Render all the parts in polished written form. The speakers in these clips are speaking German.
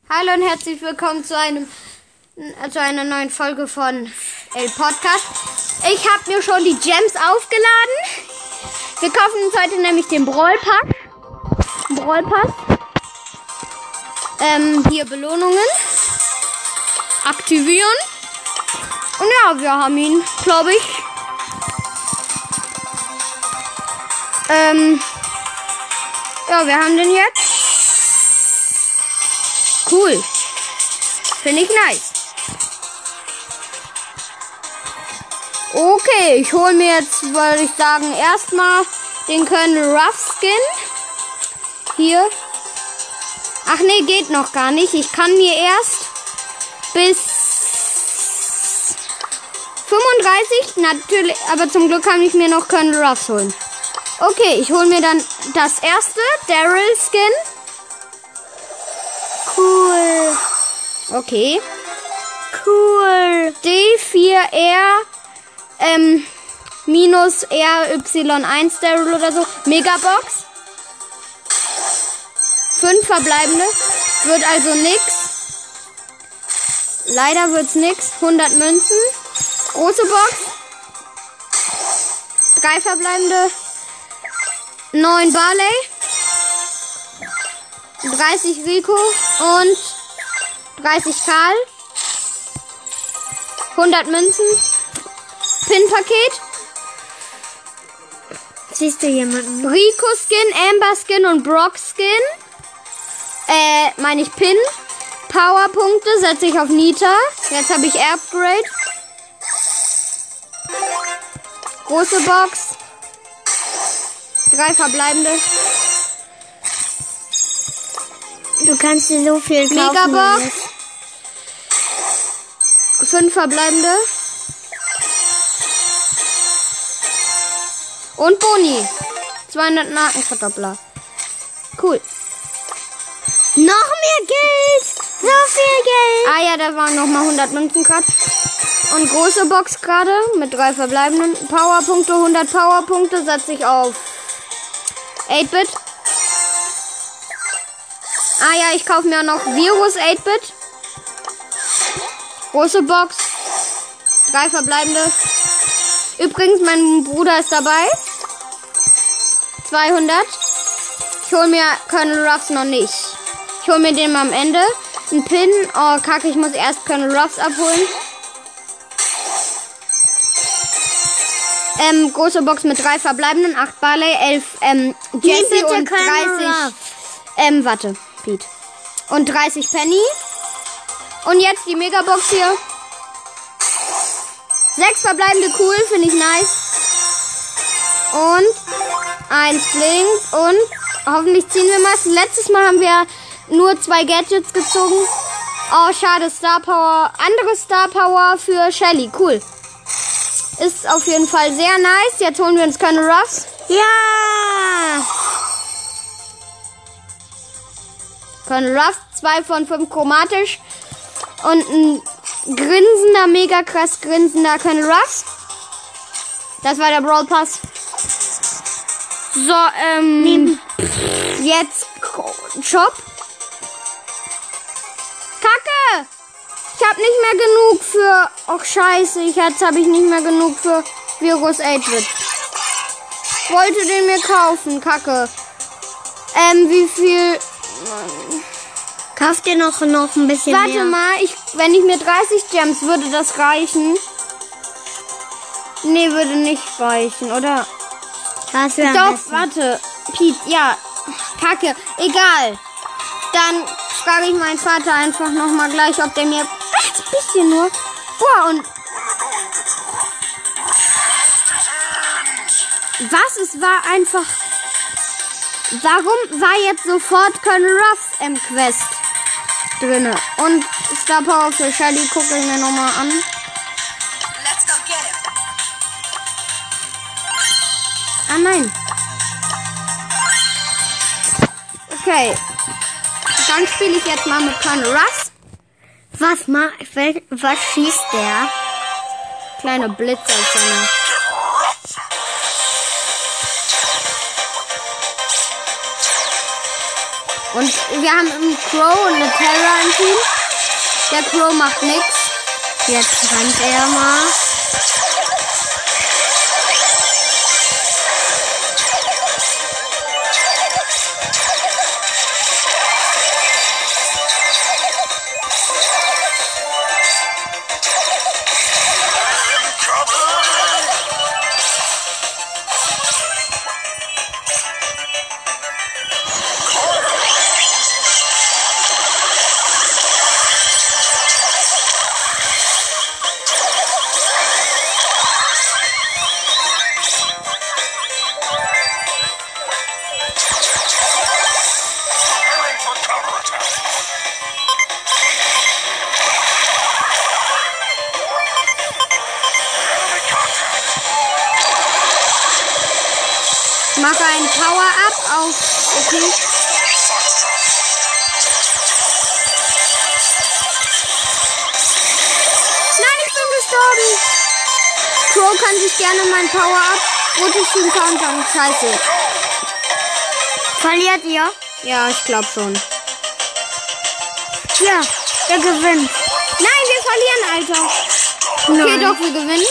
Hallo und herzlich willkommen zu einer neuen Folge von El Podcast. Ich habe mir schon die Gems aufgeladen. Wir kaufen uns heute nämlich den Brawl Pass. Hier Belohnungen. Aktivieren. Und ja, wir haben ihn, glaube ich. Ja, wir haben den jetzt. Cool. Finde ich nice. Okay, ich hole mir jetzt, würde ich sagen, erstmal den Colonel Ruff Skin. Hier. Ach nee, geht noch gar nicht. Ich kann mir erst bis 35, natürlich, aber zum Glück kann ich mir noch Colonel Ruffs holen. Okay, ich hole mir dann das erste, Daryl Skin. Cool. Okay. Cool. D4R minus RY1 Daryl oder so. Megabox. 5 verbleibende. Wird also nix. Leider wird's nix. 100 Münzen. Große Box. 3 verbleibende. 9 Barley. 30 Rico und 30 Karl. 100 Münzen. Pin-Paket. Siehst du jemanden? Rico Skin, Amber Skin und Brock Skin. Meine ich Pin. Powerpunkte setze ich auf Nita. Jetzt habe ich Upgrade. Große Box. 3 verbleibende. Du kannst dir so viel kaufen. Megabox. 5 verbleibende. Und Boni. 200 Markenverdoppler. Cool. Noch mehr Geld. So viel Geld. Ah ja, da waren nochmal 100 Münzen gerade. Und große Box gerade mit 3 verbleibenden Powerpunkte. 100 Powerpunkte setze ich auf 8-Bit. Ah ja, ich kaufe mir noch Virus 8-Bit. Große Box. 3 verbleibende. Übrigens, mein Bruder ist dabei. 200. Ich hole mir Colonel Ruffs noch nicht. Ich hole mir den mal am Ende. Ein Pin. Oh, kacke, ich muss erst Colonel Ruffs abholen. Große Box mit 3 verbleibenden. 8 Barley, 11 Jesse und 30... warte. Pete. Und 30 Penny. Und jetzt die Megabox hier. 6 verbleibende cool, finde ich nice. Und 1 blinkt. Und hoffentlich ziehen wir mal. Letztes Mal haben wir nur 2 Gadgets gezogen. Oh, schade. Star Power. Andere Star Power für Shelly. Cool. Ist auf jeden Fall sehr nice. Jetzt holen wir uns Colonel Ruffs. Ja. Colonel Ruffs, 2 von 5 chromatisch. Und ein grinsender, mega krass grinsender Colonel Ruffs. Das war der Brawl Pass. So, jetzt Shop. Kacke! Ich hab nicht mehr genug für... Och, scheiße. Jetzt habe ich nicht mehr genug für Virus 8-Bit. Wollte den mir kaufen. Kacke. Wie viel... Kauf dir noch ein bisschen Warte mehr. mal, wenn ich mir 30 Gems, würde das reichen? Nee, würde nicht reichen, oder? Das wäre Doch, besser. warte. Pete, ja. Kacke, egal. Dann frage ich meinen Vater einfach nochmal gleich, ob der mir... ein bisschen nur. Boah, und... Was? Es war einfach... Warum war jetzt sofort Colonel Ruffs im Quest drinne? Und Star Power für Shelly gucke ich mir nochmal an. Ah nein. Okay. Dann spiele ich jetzt mal mit Colonel Ruffs. Was schießt der? Kleine Blitzerzelle. Und wir haben einen Crow und eine Terra im Team. ziehen. Der Crow macht nix. Jetzt rennt er mal. Mache ein Power-Up auf. Okay. Nein, ich bin gestorben. Crow kann sich gerne mein Power-Up. Rotes Team countern. Scheiße. Verliert ihr? Ja, ich glaube schon. Ja, der gewinnt. Nein, wir verlieren, Alter. Okay, Nein. doch, wir gewinnen.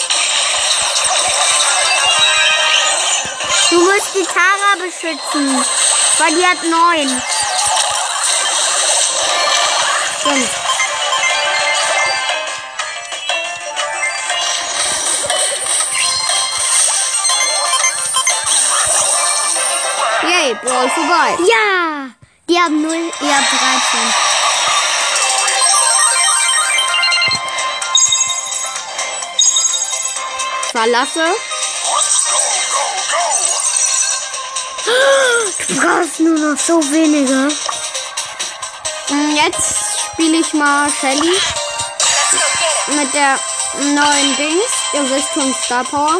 Du musst die Tara beschützen, weil die hat 9. Stimmt. Yay, Brawl vorbei. Ja, die haben 0, ihr habt 13. Verlasse. Du brauchst nur noch so wenige. Jetzt spiele ich mal Shelly mit der neuen Dings. Ihr wisst schon, Star Power.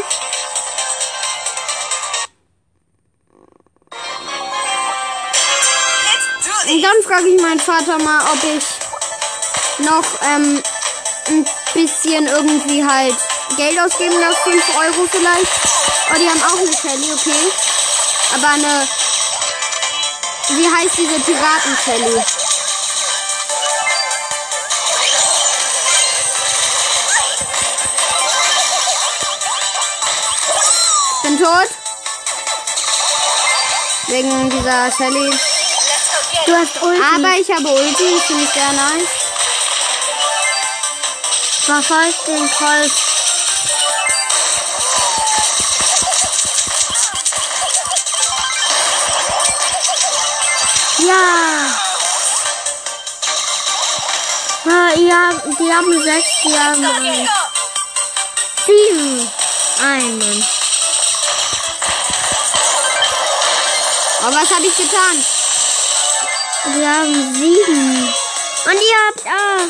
Und dann frage ich meinen Vater mal, ob ich noch ein bisschen irgendwie halt Geld ausgeben darf. 5 Euro vielleicht. Oh, die haben auch eine Shelly, okay. Aber eine... Wie heißt diese Piraten-Shelly? Bin tot. Wegen dieser Shelly. Du hast Ulti. Aber ich habe Ulti, finde ich sehr nice. Verfolgt den Colt. Ja. Ja, die haben 6, die haben 7. Einen. Aber was habe ich getan? Die haben 7. Und ihr habt 8.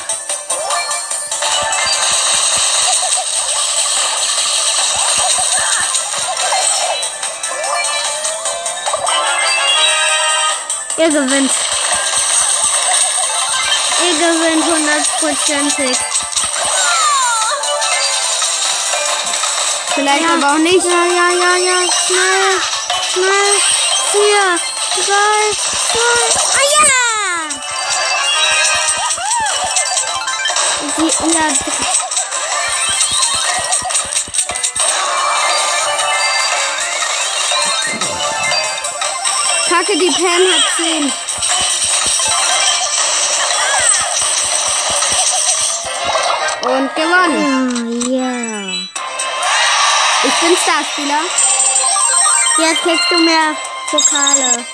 Ihr gewinnt. Ihr gewinnt 100%. Vielleicht Ja. aber auch nicht. Ja. Schnell. 4, 3, 2. Ah ja! Ja. Kacke, die Pam hat 10. Und gewonnen. Ja. Ich bin Starspieler. Jetzt kriegst du mehr Pokale.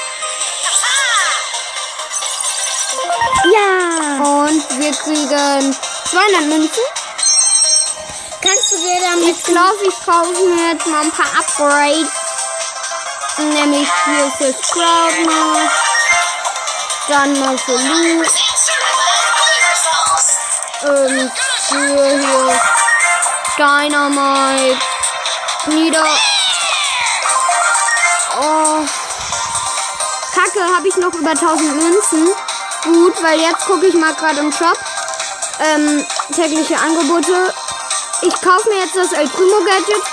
Ja. Und wir kriegen 200 Münzen. Kannst du dir damit... Ich glaube, ich kaufe mir jetzt mal ein paar Upgrades. Nämlich hier für Sprout, dann mal für Lu. Für hier Dynamite. Oh. Kacke, habe ich noch über 1000 Münzen. Gut, weil jetzt gucke ich mal gerade im Shop. Tägliche Angebote. Ich kaufe mir jetzt das El Primo Gadget.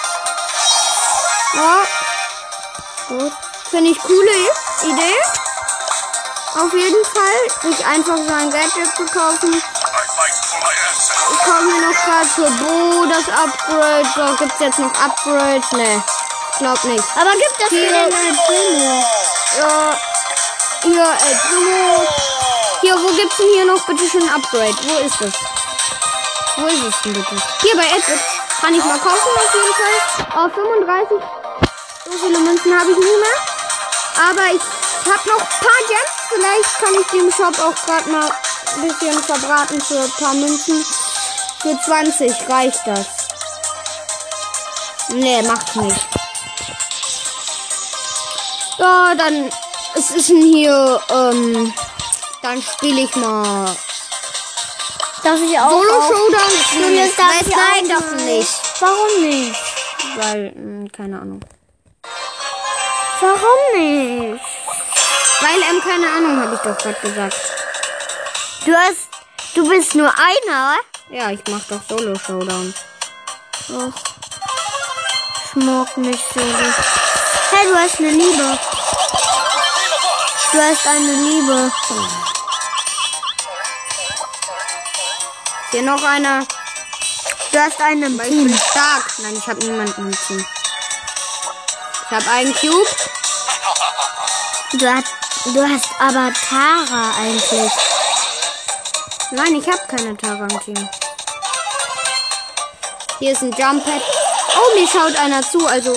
Ja. Gut. Finde ich coole Idee. Auf jeden Fall, sich einfach so ein Gadget zu kaufen. Ich kaufe mir noch gerade für Bo das Upgrade. So, gibt's jetzt noch Upgrades? Ne, glaub nicht. Aber gibt das für Hier. den El Primo? Ja, hier, El Primo. Hier, wo gibt's denn hier noch bitte schon ein Upgrade? Wo ist es? Wo ist es denn bitte? Hier bei Edward. Kann ich mal kaufen auf jeden Fall. Oh, 35. So viele Münzen habe ich nicht mehr. Aber ich habe noch ein paar Gems. Vielleicht kann ich dem Shop auch gerade mal ein bisschen verbraten für ein paar Münzen. Für 20 reicht das. Nee, macht nicht. Ja, dann, es ist denn hier, dann spiele ich mal Darf ich auch? Solo-Showdown. Stimmt, darf ich Nein, auch darf nicht. Warum nicht? Weil, keine Ahnung. Warum nicht? Weil, keine Ahnung, habe ich doch gerade gesagt. Du bist nur einer, Ja, ich mach doch Solo-Showdown. oder? Ich mag nicht so gut. Hey, du hast eine Liebe. Du hast eine Liebe. Hier noch einer. Du hast eine im Weil ich Team. bin stark. Nein, ich habe niemanden im Team. Ich habe einen Cube. Du hast aber Tara eigentlich. Nein, ich habe keine Tara im Team. Hier ist ein Jump Pad. Oh, mir schaut einer zu, also.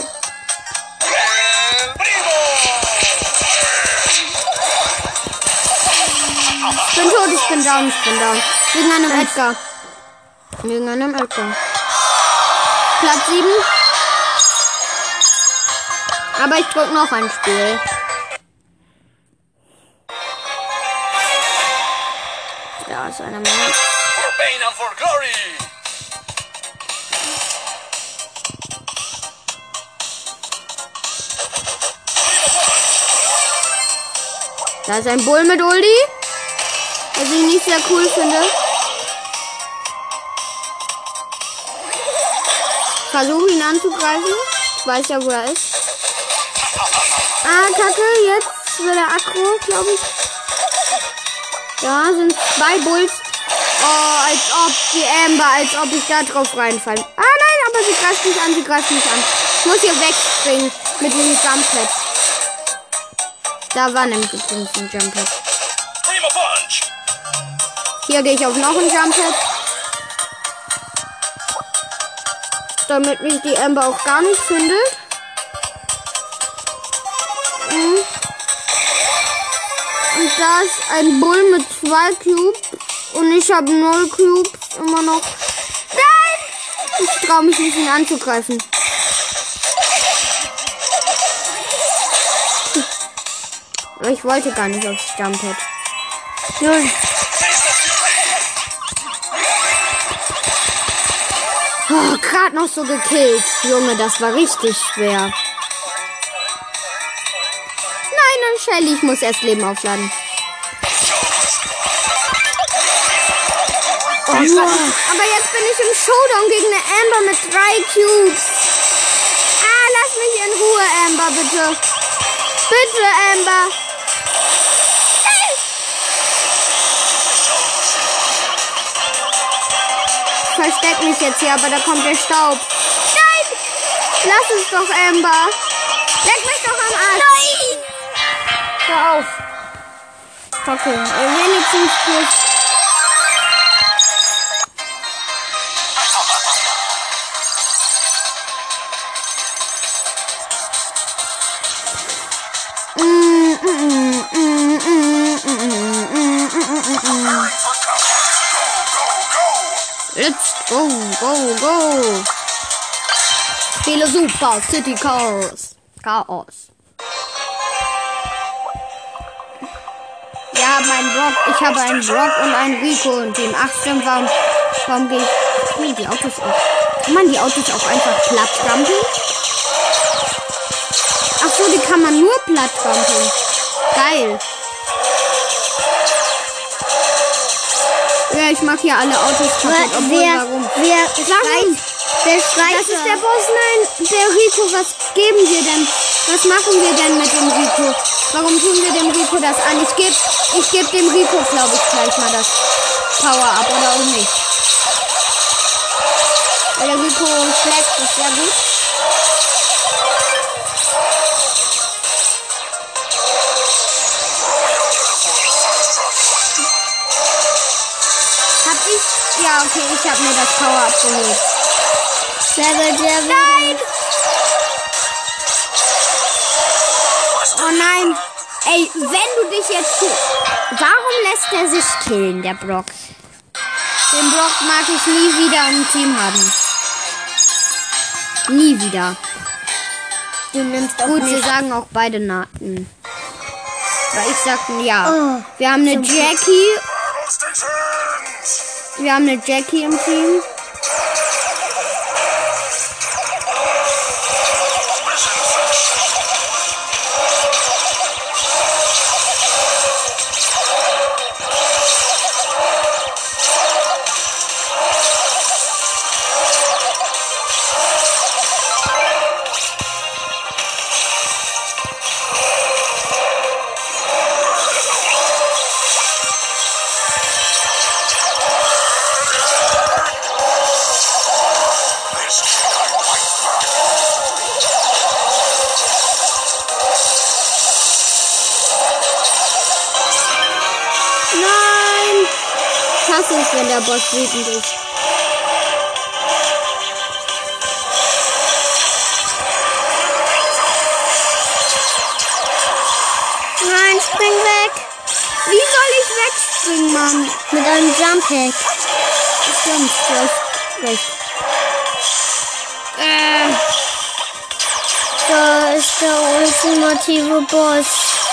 Ich bin tot, ich bin down, ich bin down. Wegen einem Edgar. Wegen einem Edgar. Platz 7. Aber ich drück noch ein Spiel. Da ist einer mehr. For pain and for glory. Da ist ein Bull mit Ulti. Was ich nicht sehr cool finde. Versuche ihn anzugreifen. Ich weiß ja, wo er ist. Ah, Kacke. Jetzt wird er aggro, glaube ich. Da sind 2 Bulls. Oh, als ob die Amber, als ob ich da drauf reinfalle. Ah, nein, aber sie greift mich an, sie greift mich an. Ich muss hier wegspringen mit dem Jump-Pad. Da war nämlich übrigens ein Jump-Pad. Primo punch. Hier gehe ich auf noch ein Jump-Pad. Damit mich die Amber auch gar nicht findet. Und da ist ein Bull mit 2 Cubes. Und ich habe 0 Cubes. Immer noch. Nein! Ich traue mich nicht, ihn anzugreifen. Aber ich wollte gar nicht aufs Jump-Pad. Null. Oh, gerade noch so gekillt. Junge, das war richtig schwer. Nein, und Shelly, ich muss erst Leben aufladen. Oh, aber jetzt bin ich im Showdown gegen eine Amber mit 3 Cubes. Ah, lass mich in Ruhe, Amber, bitte. Bitte, Amber. Ich versteck mich jetzt hier, aber da kommt der Staub. Nein! Lass es doch, Amber. Leck mich doch am Arsch. Nein! Hör auf. Okay, wenigstens plus. Let's go, go, go. Spiele Super City Chaos. Ja, mein Brock. Ich habe einen Brock und einen Rico im Team. Ach stimmt, warum gehe ich... Kann man die Autos auch... Kann man die Autos auch einfach platt trampeln? Ach so, die kann man nur platt trampeln. Geil. Ja, ich mag hier alle Autos kaputt. Obwohl, warum? Wer schreit? Wer schreit? Das ist der Boss. Nein, der Rico. Was geben wir denn? Was machen wir denn mit dem Rico? Warum tun wir dem Rico das an? Ich gebe Ich gebe dem Rico, glaube ich, gleich mal das Power-Up oder auch nicht. Weil der Rico schlägt ist sehr gut. Ja, okay, ich habe mir das Power-Up geholt. Sehr gut, sehr gut. Nein! Oh nein! Ey, wenn du dich jetzt... Warum lässt er sich killen, der Brock? Den Brock mag ich nie wieder im Team haben. Nie wieder. Du nimmst auch Gut, nicht. sie sagen auch beide Naten. Aber ich sagten ja. Oh, Wir haben eine Jackie. Stations! Wir haben eine Jackie im Team. Nein! Ich hasse es, wenn der Boss wütend ist. Nein, spring weg. Wie soll ich wegspringen, Mann? Mit einem Jump-Hack. Stimmt, du hast recht. Da ist der ultimative Boss.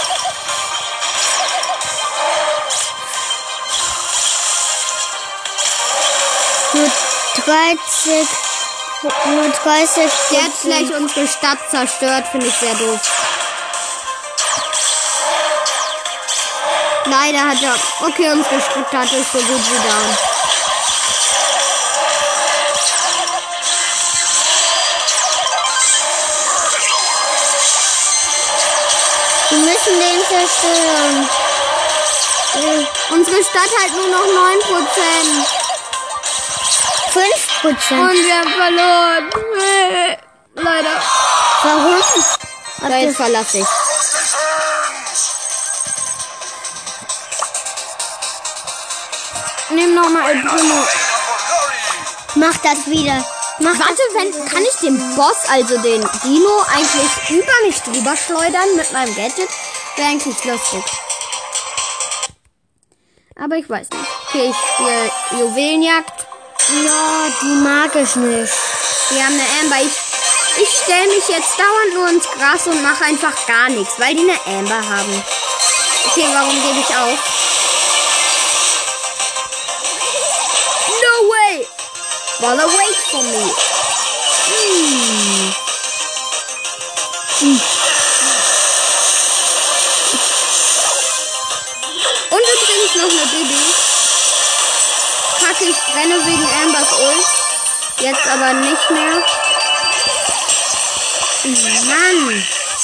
Nur 30. Der hat gleich unsere Stadt zerstört, finde ich sehr doof. Leider hat er... Okay, unsere Stadt ist so gut wie down. Wir müssen den zerstören. Unsere Stadt hat nur noch 9%. 5%. Und wir haben verloren. Leider. Warum? Da jetzt verlasse ich. Nimm nochmal El Primo. Mach das wieder. Warte, kann ich den Boss, also den Dino, eigentlich über mich drüber schleudern mit meinem Gadget? Wäre eigentlich lustig. Aber ich weiß nicht. Okay, ich spiele Juwelenjagd. Ja, die mag ich nicht. Wir haben eine Amber. Ich stelle mich jetzt dauernd nur ins Gras und mache einfach gar nichts, weil die eine Amber haben. Okay, warum gebe ich auf? No way! Wanna wait for me? Und übrigens noch eine Bibi. Kacke, ich brenne wegen Ambers Ult. Jetzt aber nicht mehr. Mann.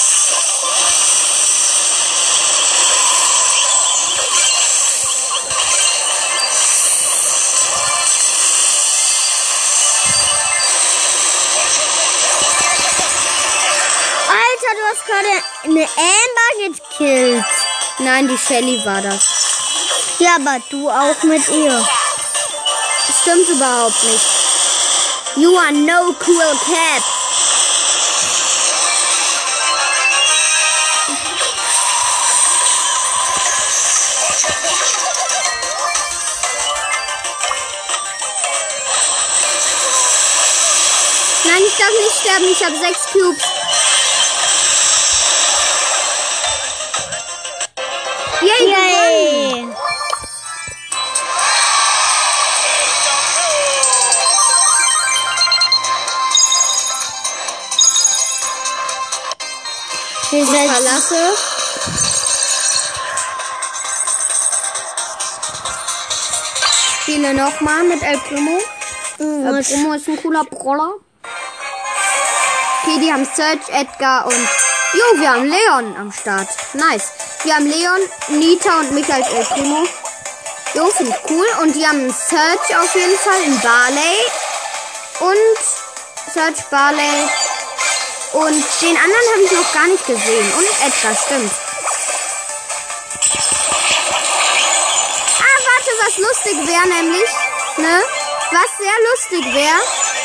Alter, du hast gerade eine Amber gekillt. Nein, die Shelly war das. Ja, aber du auch mit ihr. Stimmt überhaupt nicht. You are no cool cat. Nein, ich darf nicht sterben. Ich habe 6 Cubes. Yay, Yay. Wir ich setzen verlasse. Spiele nochmal mit El Primo. El Primo ist ein cooler Brawler. Okay, die haben Search, Edgar und... Jo, wir haben Leon am Start. Nice. Wir haben Leon, Nita und mich als El Primo. Jo, finde ich cool. Und die haben einen Search auf jeden Fall, einen Barley. Und Search, Barley. Und den anderen habe ich noch gar nicht gesehen. Und Edgar, stimmt. Ah, warte, was lustig wäre nämlich, ne? Was sehr lustig wäre.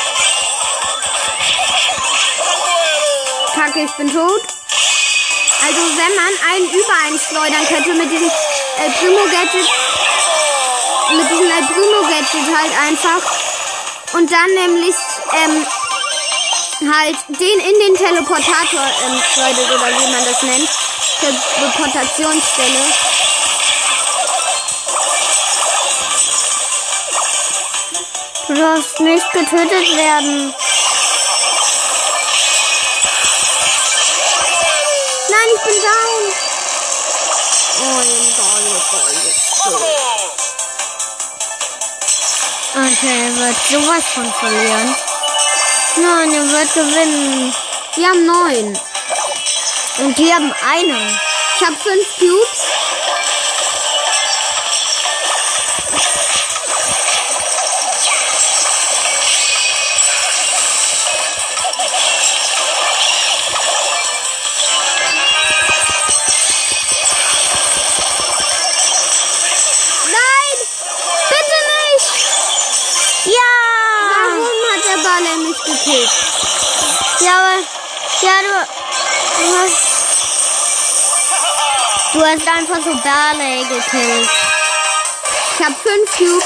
Kacke, ich bin tot. Also wenn man einen über einen schleudern könnte mit diesem El Primo Gadget. Mit diesem El Primo Gadget halt einfach. Und dann nämlich halt den in den Teleportator schleudert oder wie man das nennt. Teleportationsstelle. Du darfst nicht getötet werden. Nein, ich bin down. Oh, Okay, er wird sowas von verlieren. Nein, er wird gewinnen. wir haben 9. Und die haben einen. Ich habe 5 Cubes. Nein! Bitte nicht! Ja! Warum hat der Barley mich gekillt? Ja, aber... Ja, du hast einfach so Barley gekillt. Ich habe 5 Cubes.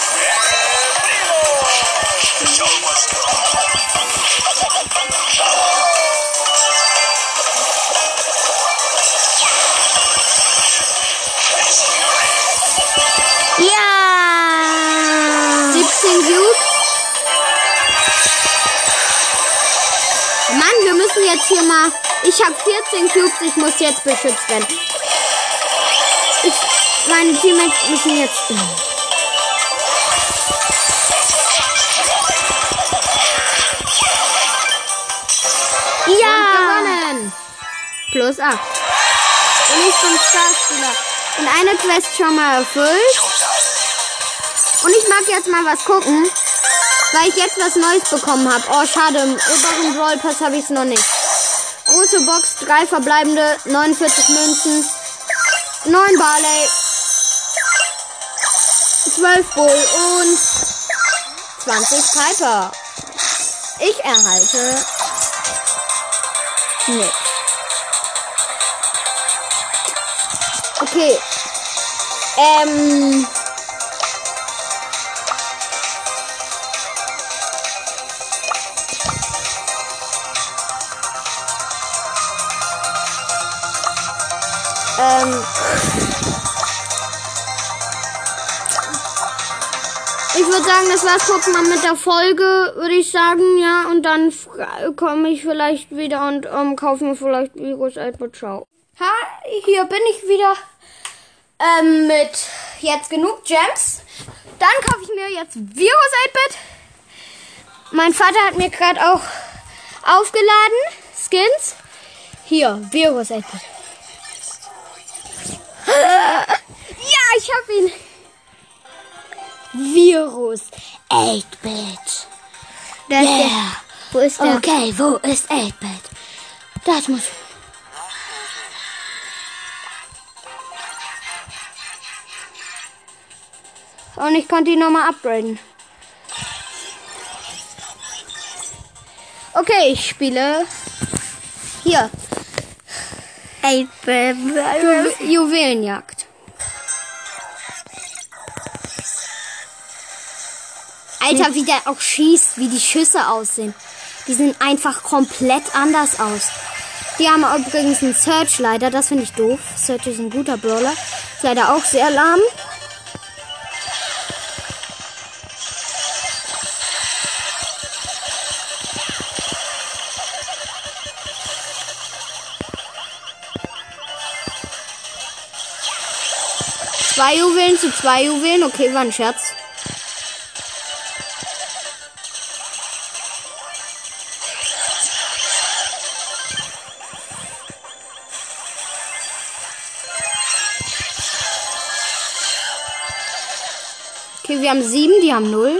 The show must go on. Ja! 17 Cubes. Mann, wir müssen jetzt hier mal... Ich habe 14 Cubes, ich muss jetzt beschützt werden. Meine Teammates müssen jetzt... Ja! Gewonnen. Plus 8. Und ich bin Starspieler. Und eine Quest schon mal erfüllt. Und ich mag jetzt mal was gucken, weil ich jetzt was Neues bekommen habe. Oh, schade, im oberen Brawl Pass habe ich es noch nicht. Große Box, 3 verbleibende, 49 Münzen, 9 Barley, 12 Bull und 20 Piper. Ich erhalte nichts. Okay. Ich würde sagen, das war's. Gucken wir mit der Folge, würde ich sagen, ja. Und dann komme ich vielleicht wieder und kaufe mir vielleicht Virus iPad. Ciao. Hi, hier bin ich wieder mit jetzt genug Gems. Dann kaufe ich mir jetzt Virus iPad. Mein Vater hat mir gerade auch aufgeladen. Skins. Hier, Virus iPad. Ja, ich hab ihn. Virus 8-Bit. Yeah. Wo ist der? Okay, wo ist 8-Bit? Das muss... Und ich konnte ihn nochmal upgraden. Okay, ich spiele... Hier. 8-Bit. Juwelenjagd. Alter, wie der auch schießt, wie die Schüsse aussehen. Die sehen einfach komplett anders aus. Die haben übrigens einen Search leider, das finde ich doof. Search ist ein guter Brawler. Ist leider auch sehr lahm. Zwei Juwelen zu 2 Juwelen. Okay, war ein Scherz. wir haben 7, die haben 0.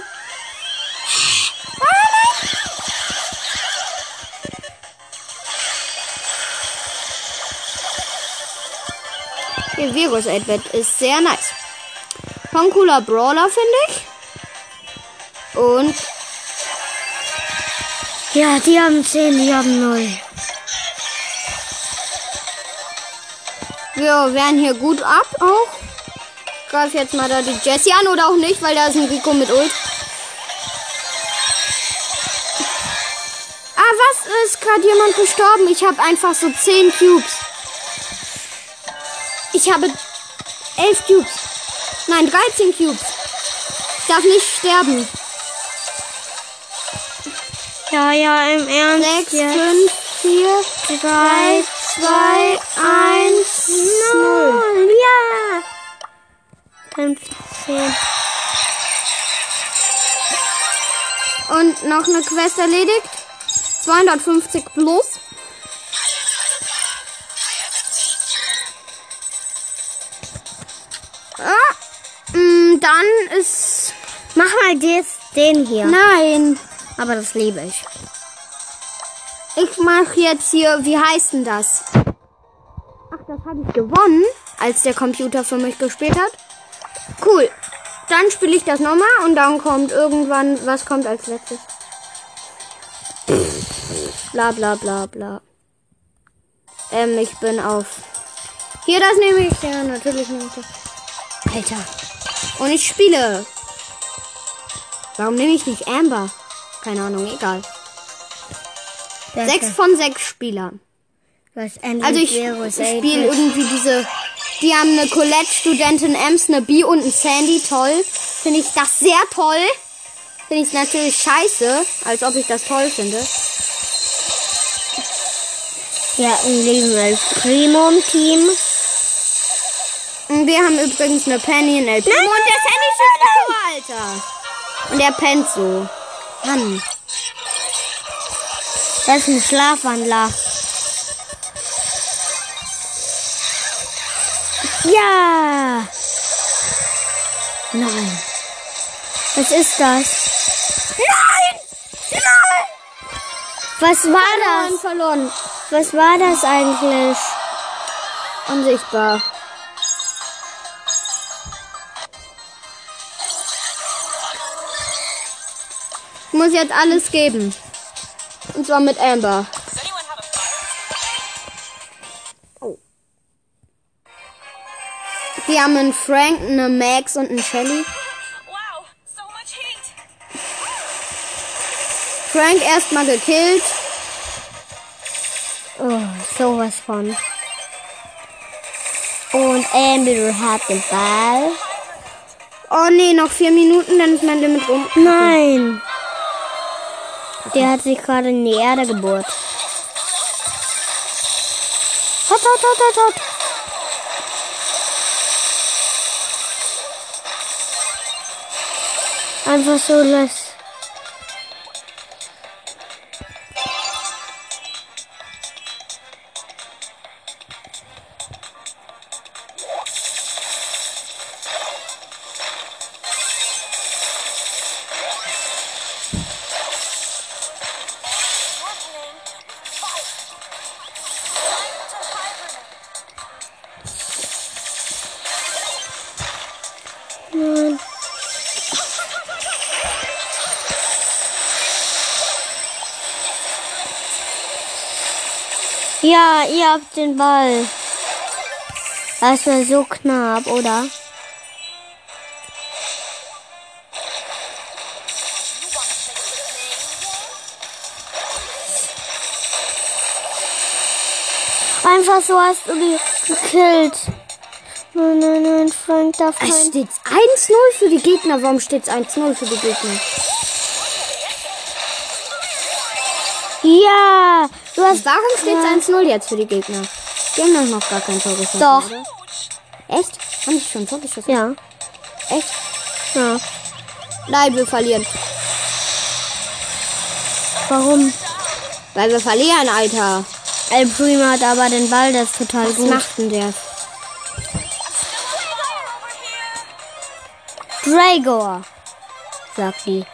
Der Virus 8-Bit ist sehr nice. Von cooler Brawler, finde ich. Und Ja, die haben 10, die haben 0. wir wehren hier gut ab auch. Greif jetzt mal da die Jessie an oder auch nicht, weil da ist ein Rico mit Ult. Ah, was ist gerade jemand gestorben? Ich habe einfach so 10 Cubes. Ich habe 11 Cubes. Nein, 13 Cubes. Ich darf nicht sterben. Ja, im Ernst. 6, 5, 4, 3, 2, 1, 0. Ja. 15. Und noch eine Quest erledigt. 250 plus. Dann ist... Mach mal den hier. Nein. Aber das liebe ich. Ich mache jetzt hier... Wie heißt denn das? Ach, das habe ich gewonnen, als der Computer für mich gespielt hat. Cool. Dann spiele ich das nochmal und dann kommt irgendwann... Was kommt als letztes? Bla bla bla bla. Ich bin auf... Hier, das nehme ich. Ja, natürlich nehme ich das. Alter. Und ich spiele. Warum nehme ich nicht Amber? Keine Ahnung, egal. 6 von 6 Spielern. Also ich spiele irgendwie diese... Die haben eine Colette-Studentin Ems, eine Bee und ein Sandy. Toll. Finde ich das sehr toll. Finde ich es natürlich scheiße, als ob ich das toll finde. Ja, ein Leben als Primo im Team. Und wir haben übrigens eine Penny in El Primo. Und der Sandy schießt so, Alter. Und der pennt so. Mann. Das ist ein Schlafwandler. Ja. Nein. Was ist das? Nein! Nein! Was war das? Verloren. Was war das eigentlich? Unsichtbar. Ich muss jetzt alles geben. Und zwar mit Amber. Oh. Die haben einen Frank, eine Max und einen Shelly. Wow, so much heat. Frank erstmal gekillt. Oh, sowas von. Und Amber hat den Ball. Oh nee, noch 4 Minuten, dann ist mein Limit rum. Nein. Der hat sich gerade in die Erde gebohrt. Hot. Einfach so los. Nein. Ja, ihr habt den Ball. Das war so knapp, oder? Einfach so hast du die gekillt. Nein, Frank darf Es kein... steht 1-0 für die Gegner. Warum steht es 1-0 für die Gegner? Ja, du hast... Warum steht es 1-0 jetzt für die Gegner? Die haben doch noch gar kein Tor geschossen. Doch. Oder? Echt? Haben die schon ein Tor geschossen? Ja. Echt? Ja. Nein, wir verlieren. Warum? Weil wir verlieren, Alter. El Primo hat aber den Ball, das ist total Was gut. macht denn der? Dragor. sagt die.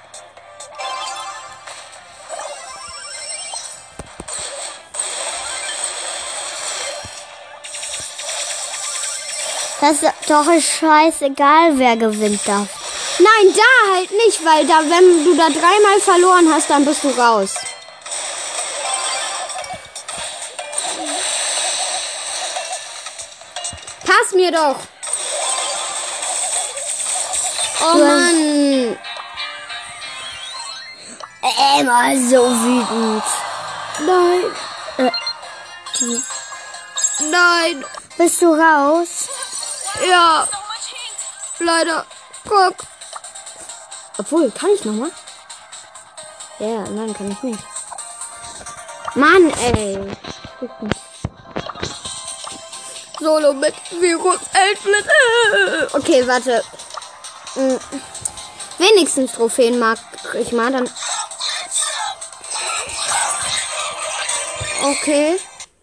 Das ist doch scheißegal, wer gewinnt darf. Nein, da halt nicht, weil da, wenn du da 3-mal verloren hast, dann bist du raus. Pass mir doch. Oh Ja. Mann. Immer so wütend. Nein. Nein. Bist du raus? Ja, So much heat. leider. Guck. Obwohl, kann ich nochmal? Ja, nein, kann ich nicht. Mann, ey. Solo mit Virus 11 mit. Okay, warte. Wenigstens Trophäen mag ich mal, dann. Okay.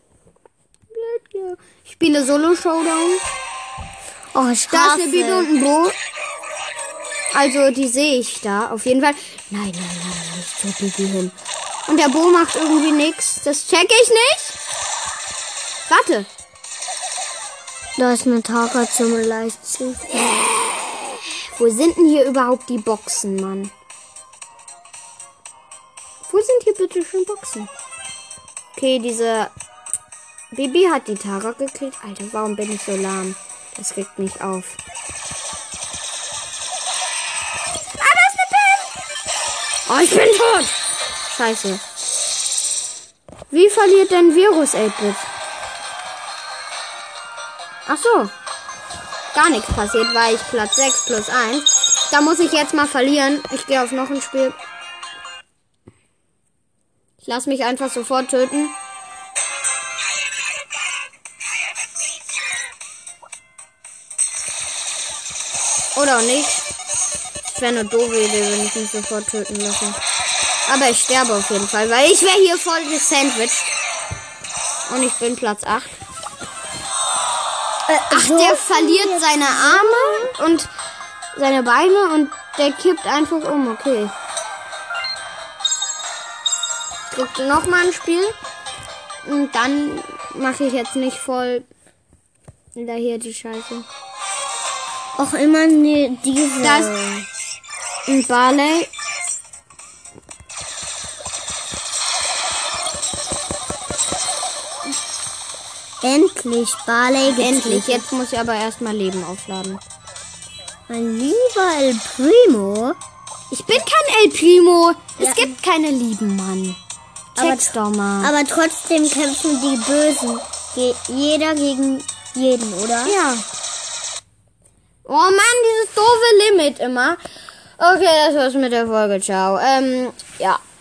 Ich spiele Solo-Showdown. Oh, ich Da ist hasse. eine Bibi und ein Bo. Also, die sehe ich da. Auf jeden Fall. Nein, nicht zur Bibi hin. Und der Bo macht irgendwie nichts. Das check ich nicht. Warte. Da ist eine Tara zum Leipzig. Wo sind denn hier überhaupt die Boxen, Mann? Wo sind hier bitte schon Boxen? Okay, diese Bibi hat die Tara gekillt. Alter, warum bin ich so lahm? Das regt mich auf. Ah, da ist eine Pin! Oh, ich bin tot! Scheiße. Wie verliert denn Virus 8-Bit? Ach so. Gar nichts passiert, weil ich Platz 6 plus 1. Da muss ich jetzt mal verlieren. Ich gehe auf noch ein Spiel. Ich lasse mich einfach sofort töten. Oder auch nicht. Das wäre eine doofe Idee, wenn ich mich sofort töten lasse. Aber ich sterbe auf jeden Fall, weil ich wäre hier voll gesandwiched. Und ich bin Platz 8. Ach, so der verliert seine Arme und seine Beine und der kippt einfach um. Okay. Ich gucke noch mal ein Spiel. Und dann mache ich jetzt nicht voll da hier die Scheiße. Auch immer diese. Das ein Barley. Endlich, Barley Endlich. Jetzt muss ich aber erstmal Leben aufladen. Mein lieber El Primo. Ich bin kein El Primo. Ja. Es gibt keine lieben Mann. Check's doch mal. Aber trotzdem kämpfen die Bösen. Jeder gegen jeden, oder? Ja. Oh Mann, dieses doofe Limit immer. Okay, das war's mit der Folge. Ciao. Ja.